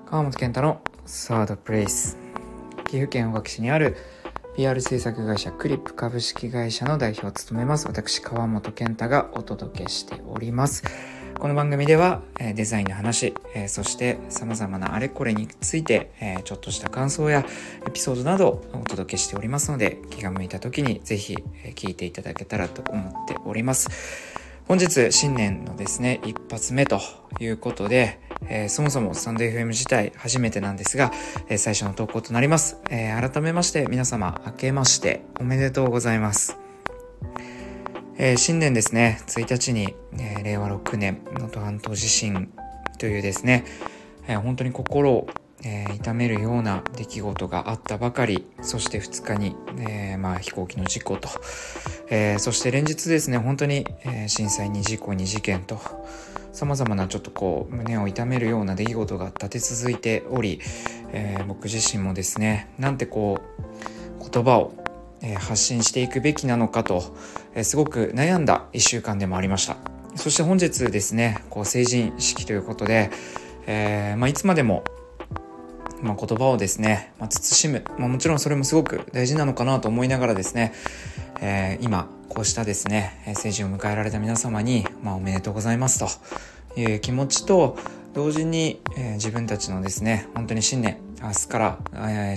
川本健太のサードプレイス。岐阜県大垣市にある PR 制作会社クリップ株式会社の代表を務めます私川本健太がお届けしております。この番組ではデザインの話、そして様々なあれこれについてちょっとした感想やエピソードなどをお届けしておりますので、気が向いた時にぜひ聞いていただけたらと思っております。本日新年のですね一発目ということで、そもそもスタンド FM 自体初めてなんですが、最初の投稿となります。改めまして皆様明けましておめでとうございます。新年ですね1日に、令和6年能登半島地震というですね、本当に心を、痛めるような出来事があったばかり。そして2日に、飛行機の事故と、そして連日ですね本当に、震災に事故に事件と様々なちょっと胸を痛めるような出来事が立て続いており、僕自身もですねなんて言葉を発信していくべきなのかと、すごく悩んだ1週間でもありました。そして本日ですね成人式ということで、いつまでも、言葉をですね、慎む、もちろんそれもすごく大事なのかなと思いながらですね、今こうしたですね成人を迎えられた皆様に、おめでとうございますという気持ちと同時に、自分たちのですね本当に新年明日から、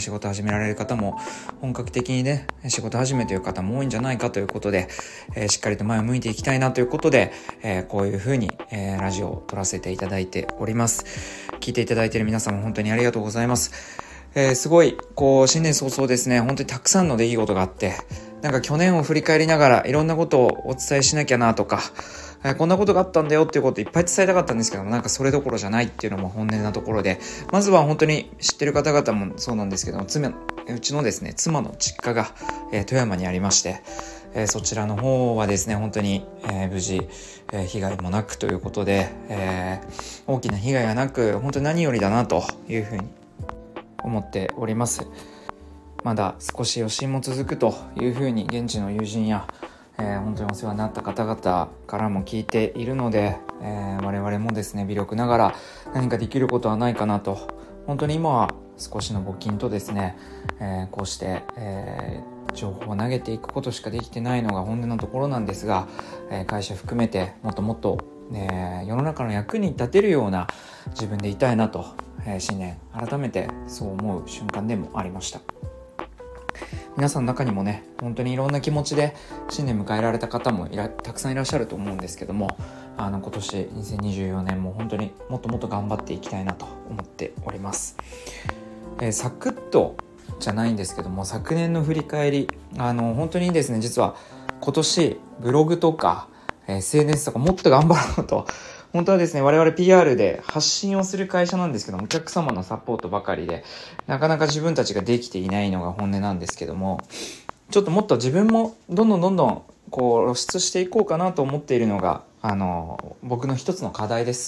仕事始められる方も本格的にね仕事始めという方も多いんじゃないかということで、しっかりと前を向いていきたいなということで、こういうふうに、ラジオを撮らせていただいております。聞いていただいている皆様本当にありがとうございます。すごい新年早々ですね本当にたくさんの出来事があって、去年を振り返りながらいろんなことをお伝えしなきゃなとか、こんなことがあったんだよっていうことをいっぱい伝えたかったんですけども、それどころじゃないっていうのも本音なところで、まずは本当に知ってる方々もそうなんですけども、うちのですね妻の実家が、富山にありまして、そちらの方はですね本当に、無事、被害もなくということで、大きな被害がなく本当に何よりだなというふうに思っております。まだ少し余震も続くというふうに現地の友人や、本当にお世話になった方々からも聞いているので、我々もですね微力ながら何かできることはないかなと、本当に今は少しの募金とですね、こうして、情報を投げていくことしかできてないのが本音のところなんですが、会社含めてもっともっと、世の中の役に立てるような自分でいたいなと、新年改めてそう思う瞬間でもありました。皆さんの中にもね本当にいろんな気持ちで新年迎えられた方もたくさんいらっしゃると思うんですけども、今年2024年も本当にもっともっと頑張っていきたいなと思っております。サクッとじゃないんですけども、昨年の振り返り本当にですね実は今年ブログとか SNS とかもっと頑張ろうと、本当はですね我々 PR で発信をする会社なんですけども、お客様のサポートばかりでなかなか自分たちができていないのが本音なんですけども、ちょっともっと自分もどんどん露出していこうかなと思っているのが僕の一つの課題です。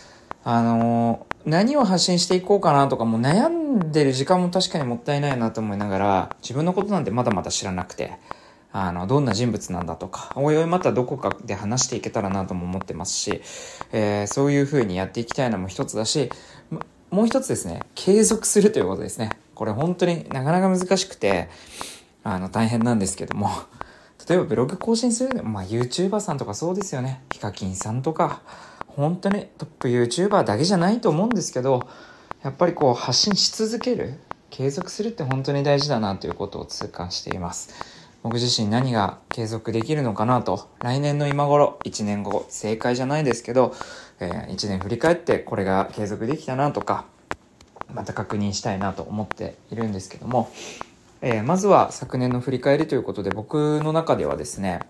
何を発信していこうかなとかもう悩んでる時間も確かにもったいないなと思いながら、自分のことなんてまだまだ知らなくて、どんな人物なんだとかおいおいまたどこかで話していけたらなとも思ってますし、そういう風にやっていきたいのも一つだし、もう一つですね継続するということですね。これ本当になかなか難しくて大変なんですけども、例えばブログ更新するのも、YouTuber さんとかそうですよね。ヒカキンさんとか本当にトップ YouTuber だけじゃないと思うんですけど、やっぱり発信し続ける、継続するって本当に大事だなということを痛感しています。僕自身何が継続できるのかなと、来年の今頃1年後正解じゃないですけど、1年振り返ってこれが継続できたなとかまた確認したいなと思っているんですけども、まずは昨年の振り返りということで、僕の中ではですね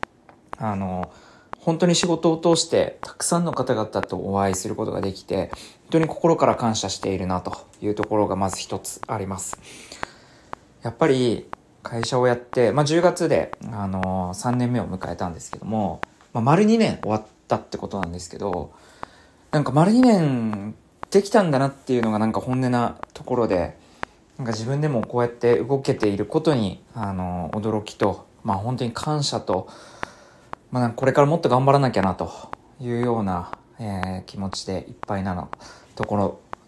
本当に仕事を通してたくさんの方々とお会いすることができて、本当に心から感謝しているなというところがまず一つあります。やっぱり会社をやって、10月で、3年目を迎えたんですけども、丸2年終わったってことなんですけど、丸2年できたんだなっていうのが本音なところで、自分でもこうやって動けていることに驚きと、本当に感謝と、これからもっと頑張らなきゃなというような、気持ちでいっぱいなのところ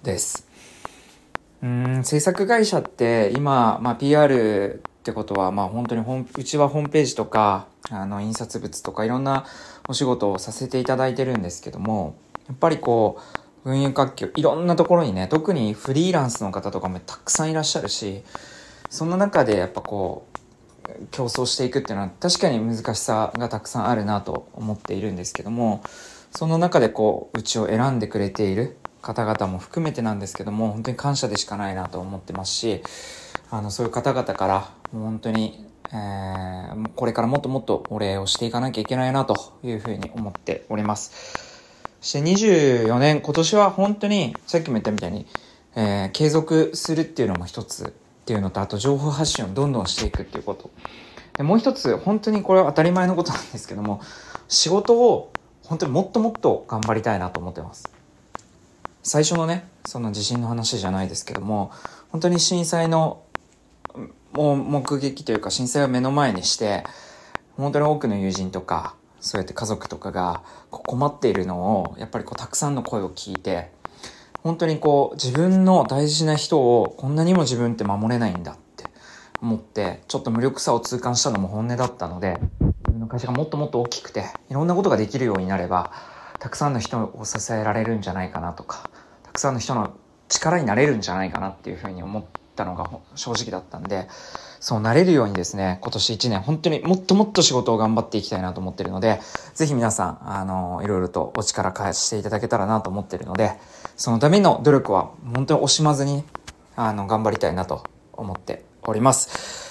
です。制作会社って今、PR ってことは、本当にうちはホームページとか、印刷物とかいろんなお仕事をさせていただいてるんですけども、やっぱり群雄割拠、いろんなところにね、特にフリーランスの方とかもたくさんいらっしゃるし、その中でやっぱ競争していくっていうのは確かに難しさがたくさんあるなと思っているんですけども、その中でうちを選んでくれている方々も含めてなんですけども、本当に感謝でしかないなと思ってますし、そういう方々からもう本当に、これからもっともっとお礼をしていかなきゃいけないなというふうに思っております。そして24年、今年は本当にさっきも言ったみたいに、継続するっていうのも一つっていうのと、あと情報発信をどんどんしていくっていうことで、もう一つ本当にこれは当たり前のことなんですけども、仕事を本当にもっともっと頑張りたいなと思ってます。最初のね、その地震の話じゃないですけども、本当に震災の目撃というか、震災を目の前にして本当に多くの友人とかそうやって家族とかが困っているのをやっぱりたくさんの声を聞いて、本当に自分の大事な人をこんなにも自分って守れないんだって思って、ちょっと無力さを痛感したのも本音だったので、自分の会社がもっともっと大きくていろんなことができるようになれば、たくさんの人を支えられるんじゃないかなとか、たくさんの人の力になれるんじゃないかなっていうふうに思ったのが正直だったんで、そうなれるようにですね、今年1年本当にもっともっと仕事を頑張っていきたいなと思っているので、ぜひ皆さんいろいろとお力貸していただけたらなと思っているので、そのための努力は本当に惜しまずに頑張りたいなと思っております。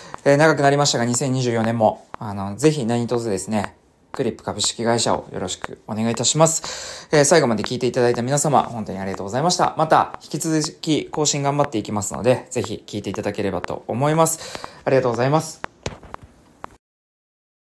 長くなりましたが、2024年もぜひ何卒ですね、クリップ株式会社をよろしくお願いいたします。最後まで聞いていただいた皆様、本当にありがとうございました。また引き続き更新頑張っていきますので、ぜひ聞いていただければと思います。ありがとうございます。